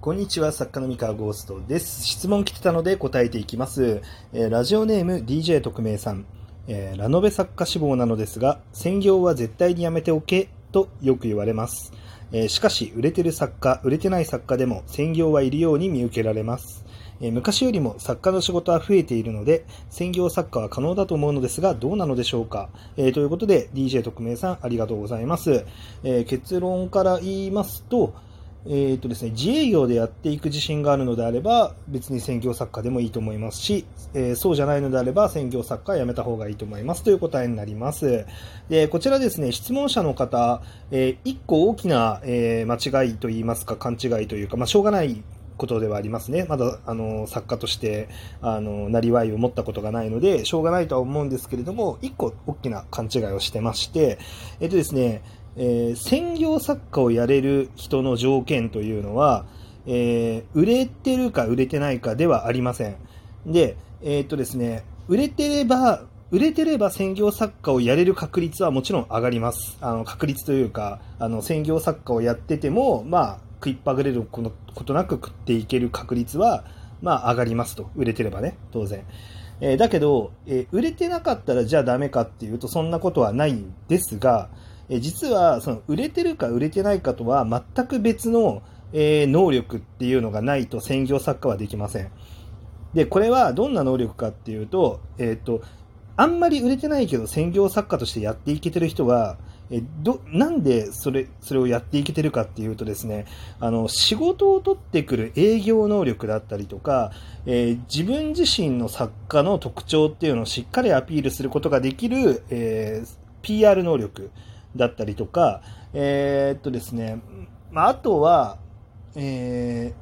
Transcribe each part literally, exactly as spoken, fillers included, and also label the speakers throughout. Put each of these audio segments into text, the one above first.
Speaker 1: こんにちは、作家の三河ゴーストです。質問来てたので答えていきます。えー、ラジオネーム ディージェー 特命さん、えー、ラノベ作家志望なのですが、専業は絶対にやめておけとよく言われます。えー、しかし、売れてる作家、売れてない作家でも専業はいるように見受けられます。えー、昔よりも作家の仕事は増えているので、専業作家は可能だと思うのですが、どうなのでしょうか。えー、ということで、ディージェー 特命さん、ありがとうございます。えー、結論から言いますと、えーとですね、自営業でやっていく自信があるのであれば別に専業作家でもいいと思いますし、えー、そうじゃないのであれば専業作家はやめた方がいいと思いますという答えになります。でこちらですね、質問者の方、えー、いっこ大きな、えー、間違いといいますか勘違いというか、まあ、しょうがないことではありますね。まだあの作家としてあのなりわいを持ったことがないのでしょうがないとは思うんですけれども、いっこ大きな勘違いをしてまして、えっとですねえー、専業作家をやれる人の条件というのは、えー、売れてるか売れてないかではありません。で、えーっとですね、売れてれば、売れてれば専業作家をやれる確率はもちろん上がります。あの確率というか、あの専業作家をやってても、まあ、食いっぱぐれることなく食っていける確率は、まあ、上がりますと。売れてればね、当然。えー、だけど、えー、売れてなかったらじゃあダメかっていうと、そんなことはないんですが、え実はその売れてるか売れてないかとは全く別の、えー、能力っていうのがないと専業作家はできません。でこれはどんな能力かっていうと、えっとあんまり売れてないけど専業作家としてやっていけてる人がえどなんでそれそれをやっていけてるかっていうとですね、あの仕事を取ってくる営業能力だったりとか、えー、自分自身の作家の特徴っていうのをしっかりアピールすることができる、えー、ピーアール 能力だったりとか、えー、っとですね、まあ、あとは、え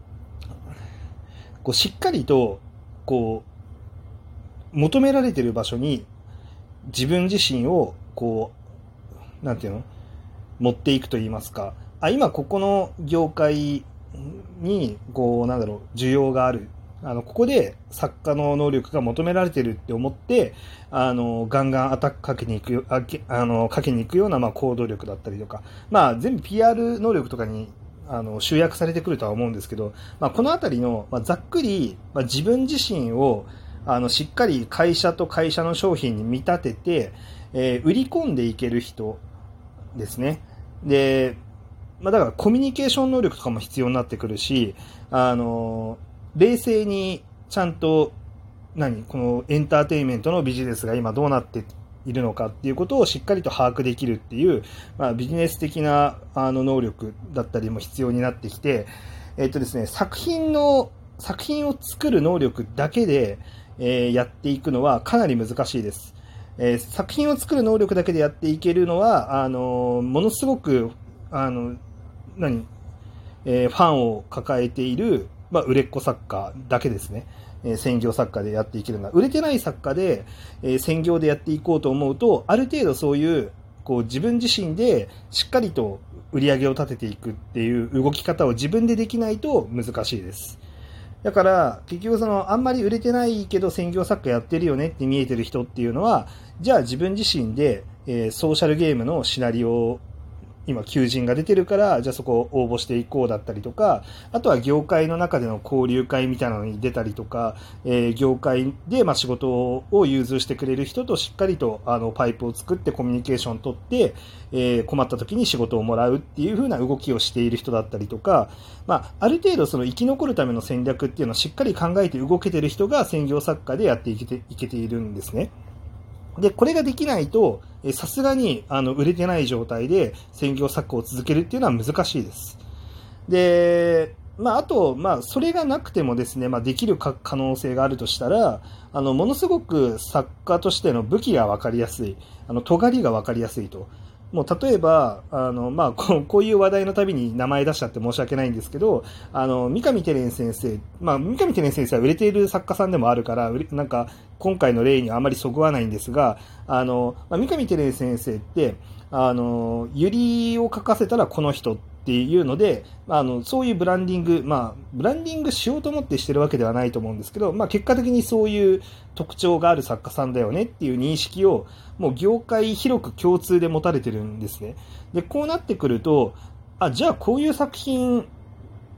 Speaker 1: ー、こうしっかりとこう求められている場所に自分自身をこうなんていうの持っていくと言いますか、あ今ここの業界にこうなんだろう需要がある、あのここで作家の能力が求められてるって思ってあのガンガンアタックかけに行くああのかけに行くような、まあ、行動力だったりとか、まあ、全部 ピーアール 能力とかにあの集約されてくるとは思うんですけど、まあ、このあたりの、まあ、ざっくり、まあ、自分自身をあのしっかり会社と会社の商品に見立てて、えー、売り込んでいける人ですね。で、まあ、だからコミュニケーション能力とかも必要になってくるし、あの冷静にちゃんと何このエンターテインメントのビジネスが今どうなっているのかっていうことをしっかりと把握できるっていう、まあ、ビジネス的なあの能力だったりも必要になってきて、えっとですね、作品の作品を作る能力だけで、えー、やっていくのはかなり難しいです。えー、作品を作る能力だけでやっていけるのはあのものすごくあの何、えー、ファンを抱えている、まあ、売れっ子作家だけですね。えー、専業作家でやっていけるのは、売れてない作家で、えー、専業でやっていこうと思うと、ある程度そういうこう自分自身でしっかりと売り上げを立てていくっていう動き方を自分でできないと難しいです。だから結局そのあんまり売れてないけど専業作家やってるよねって見えてる人っていうのは、じゃあ自分自身で、えー、ソーシャルゲームのシナリオ今求人が出てるからじゃあそこを応募していこうだったりとか、あとは業界の中での交流会みたいなのに出たりとか、えー、業界でまあ仕事を融通してくれる人としっかりとあのパイプを作ってコミュニケーションを取って、えー、困った時に仕事をもらうっていう風な動きをしている人だったりとか、まあ、ある程度その生き残るための戦略っていうのをしっかり考えて動けてる人が専業作家でやっていけて、いけているんですね。でこれができないとさすがにあの売れてない状態で専業作家を続けるっていうのは難しいです。で、まあ、あと、まあ、それがなくてもですね、まあ、できる可能性があるとしたら、あのものすごく作家としての武器が分かりやすい、あの尖りが分かりやすいと。もう例えばあの、まあ、こう、こういう話題のたびに名前出しちゃって申し訳ないんですけど、あの三上テレン先生、まあ、三上テレン先生は売れている作家さんでもあるからなんか今回の例にはあまりそぐわないんですが、あの、まあ、三上テレン先生ってあのユリを書かせたらこの人っていうので、あのそういうブランディング、まあ、ブランディングしようと思ってしてるわけではないと思うんですけど、まあ、結果的にそういう特徴がある作家さんだよねっていう認識をもう業界広く共通で持たれてるんですね。でこうなってくると、あじゃあこういう作品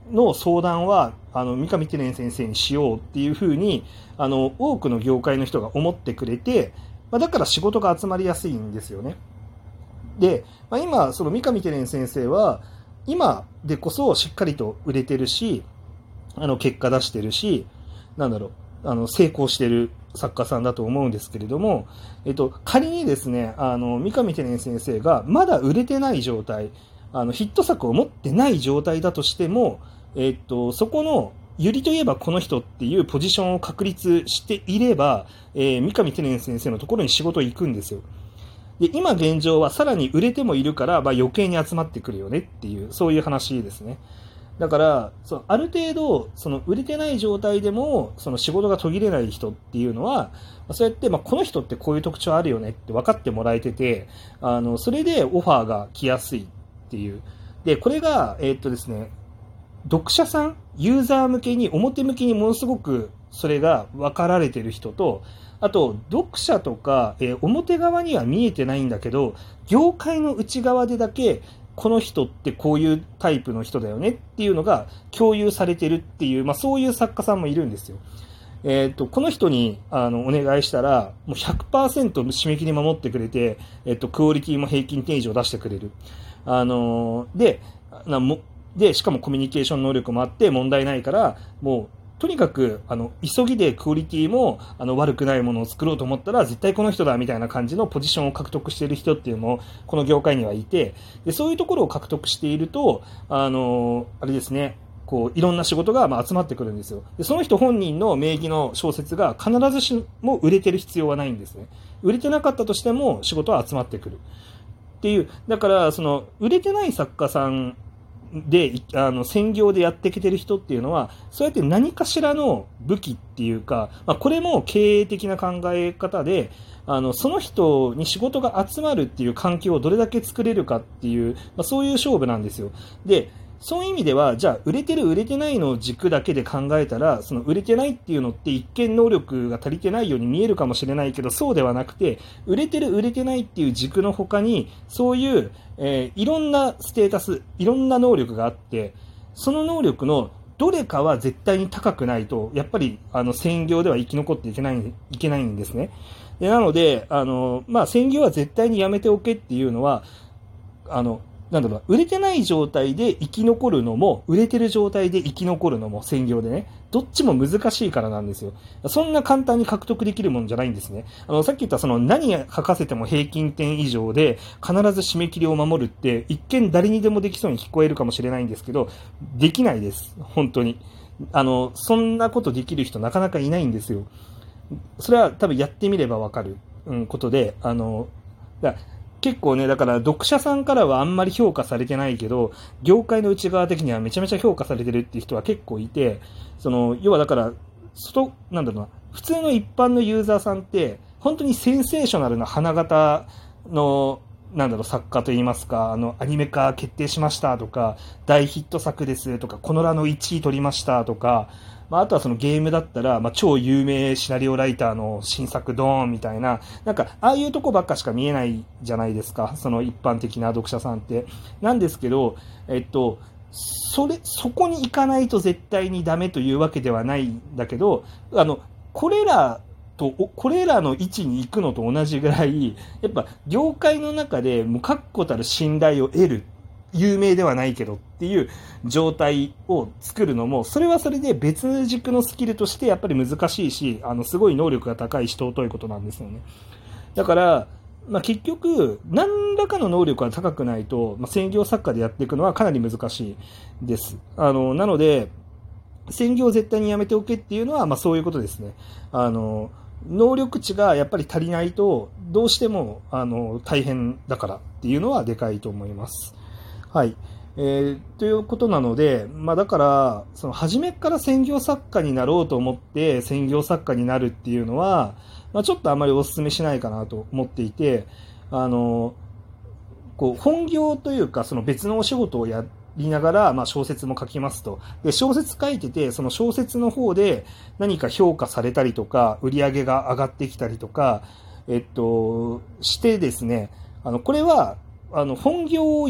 Speaker 1: の相談はあの三上テレン先生にしようっていうふうにあの多くの業界の人が思ってくれて、まあ、だから仕事が集まりやすいんですよね。で、まあ、今その三上テレン先生は今でこそしっかりと売れてるし、あの結果出してるし、なんだろう、あの成功してる作家さんだと思うんですけれども、えっと、仮にですね、あの三上テレン先生がまだ売れてない状態、あのヒット作を持ってない状態だとしても、えっと、そこのユリといえばこの人っていうポジションを確立していれば、えー、三上テレン先生のところに仕事行くんですよ。で、今現状はさらに売れてもいるから、まあ、余計に集まってくるよねっていう、そういう話ですね。だからそのある程度その売れてない状態でもその仕事が途切れない人っていうのは、そうやって、まあ、この人ってこういう特徴あるよねって分かってもらえてて、あのそれでオファーが来やすいっていう。でこれがえーっとですね読者さんユーザー向けに表向きにものすごくそれが分かられてる人と、あと読者とか、えー、表側には見えてないんだけど業界の内側でだけこの人ってこういうタイプの人だよねっていうのが共有されてるっていう、まあ、そういう作家さんもいるんですよ。えー、とこの人にあのお願いしたらもう ひゃくパーセント 締め切り守ってくれて、えー、とクオリティも平均点以上出してくれる。あのー、でなもでしかもコミュニケーション能力もあって問題ないから、もうとにかくあの急ぎでクオリティもあの悪くないものを作ろうと思ったら絶対この人だみたいな感じのポジションを獲得している人っていうのもこの業界にはいて、でそういうところを獲得しているとあのあれですね、こういろんな仕事がまあ集まってくるんですよ。でその人本人の名義の小説が必ずしも売れてる必要はないんですね。売れてなかったとしても仕事は集まってくるっていう。だからその売れてない作家さんであの専業でやってきてる人っていうのはそうやって何かしらの武器っていうか、まあ、これも経営的な考え方で、あのその人に仕事が集まるっていう環境をどれだけ作れるかっていう、まあ、そういう勝負なんですよ。でそういう意味ではじゃあ売れてる売れてないの軸だけで考えたら、その売れてないっていうのって一見能力が足りてないように見えるかもしれないけどそうではなくて、売れてる売れてないっていう軸の他にそういう、えー、いろんなステータスいろんな能力があって、その能力のどれかは絶対に高くないとやっぱりあの専業では生き残っていけないいけないんですね。でなのであの、まあ、専業は絶対にやめておけっていうのはあのなんだろう、売れてない状態で生き残るのも売れてる状態で生き残るのも専業でね、どっちも難しいからなんですよ。そんな簡単に獲得できるもんじゃないんですね。あのさっき言ったその何書かせても平均点以上で必ず締め切りを守るって一見誰にでもできそうに聞こえるかもしれないんですけど、できないです。本当にあのそんなことできる人なかなかいないんですよ。それは多分やってみればわかる、うん、ことで、あのだ結構ね、だから読者さんからはあんまり評価されてないけど業界の内側的にはめちゃめちゃ評価されてるっていう人は結構いて、その要はだから外なんだろうな、普通の一般のユーザーさんって本当にセンセーショナルな花形のなんだろう作家といいますか、あのアニメ化決定しましたとか大ヒット作ですとかこのらのいちい取りましたとか、まあ、あとはそのゲームだったら、まあ、超有名シナリオライターの新作ドーンみたいな、なんかああいうとこばっかしか見えないじゃないですか、その一般的な読者さんって。なんですけど、えっとそれそこに行かないと絶対にダメというわけではないんだけど、あのこれらとこれらの位置に行くのと同じぐらいやっぱ業界の中でもう確固たる信頼を得る、有名ではないけどっていう状態を作るのもそれはそれで別軸のスキルとしてやっぱり難しいし、あのすごい能力が高いし尊いことなんですよね。だから、まあ、結局何らかの能力が高くないと、まあ、専業作家でやっていくのはかなり難しいです。あのなので専業を絶対にやめておけっていうのは、まあ、そういうことですね。あの能力値がやっぱり足りないとどうしてもあの大変だからっていうのはでかいと思います。はい、えー、ということなので、まあ、だからその初めから専業作家になろうと思って専業作家になるっていうのは、まあ、ちょっとあまりお勧めしないかなと思っていて、あのこう本業というかその別のお仕事をやりながら、まあ、小説も書きますと。で小説書いててその小説の方で何か評価されたりとか売り上げが上がってきたりとか、えっと、してですね、あのこれはあの本業をやって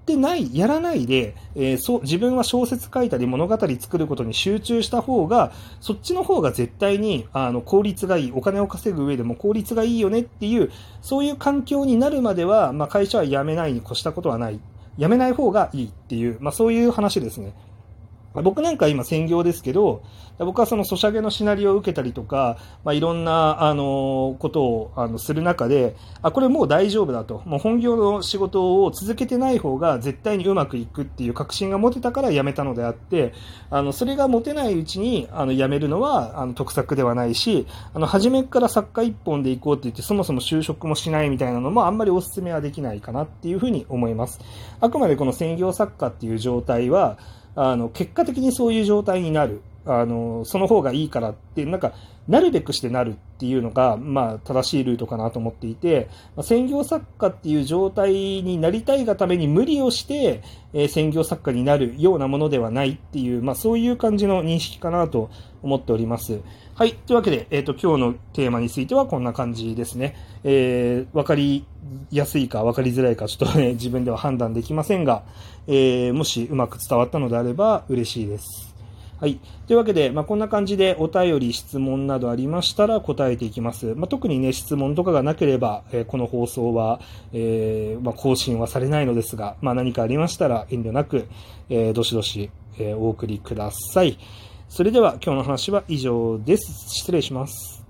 Speaker 1: ってない、やらないで、えー、そう、自分は小説書いたり物語作ることに集中した方が、そっちの方が絶対に、あの、効率がいい、お金を稼ぐ上でも効率がいいよねっていう、そういう環境になるまでは、まあ、会社は辞めないに越したことはない。辞めない方がいいっていう、まあ、そういう話ですね。僕なんか今専業ですけど、僕はそのソシャゲのシナリオを受けたりとか、まあ、いろんな、あの、ことを、あの、する中で、あ、これもう大丈夫だと。もう本業の仕事を続けてない方が絶対にうまくいくっていう確信が持てたから辞めたのであって、あの、それが持てないうちに、あの、辞めるのは、あの、得策ではないし、あの、初めから作家一本で行こうって言って、そもそも就職もしないみたいなのもあんまりお勧めはできないかなっていうふうに思います。あくまでこの専業作家っていう状態は、あの、結果的にそういう状態になる。あの、その方がいいからって、なんか、なるべくしてなるっていうのが、まあ、正しいルートかなと思っていて、まあ、専業作家っていう状態になりたいがために無理をして、えー、専業作家になるようなものではないっていう、まあ、そういう感じの認識かなと思っております。はい。というわけで、えっと、今日のテーマについてはこんな感じですね。えー、わかりやすいかわかりづらいか、ちょっとね、自分では判断できませんが、えー、もしうまく伝わったのであれば嬉しいです。はい。というわけで、まあ、こんな感じでお便り、質問などありましたら答えていきます。まあ、特にね、質問とかがなければ、えー、この放送は、えーまあ、更新はされないのですが、まあ、何かありましたら遠慮なく、えー、どしどし、えー、お送りください。それでは今日の話は以上です。失礼します。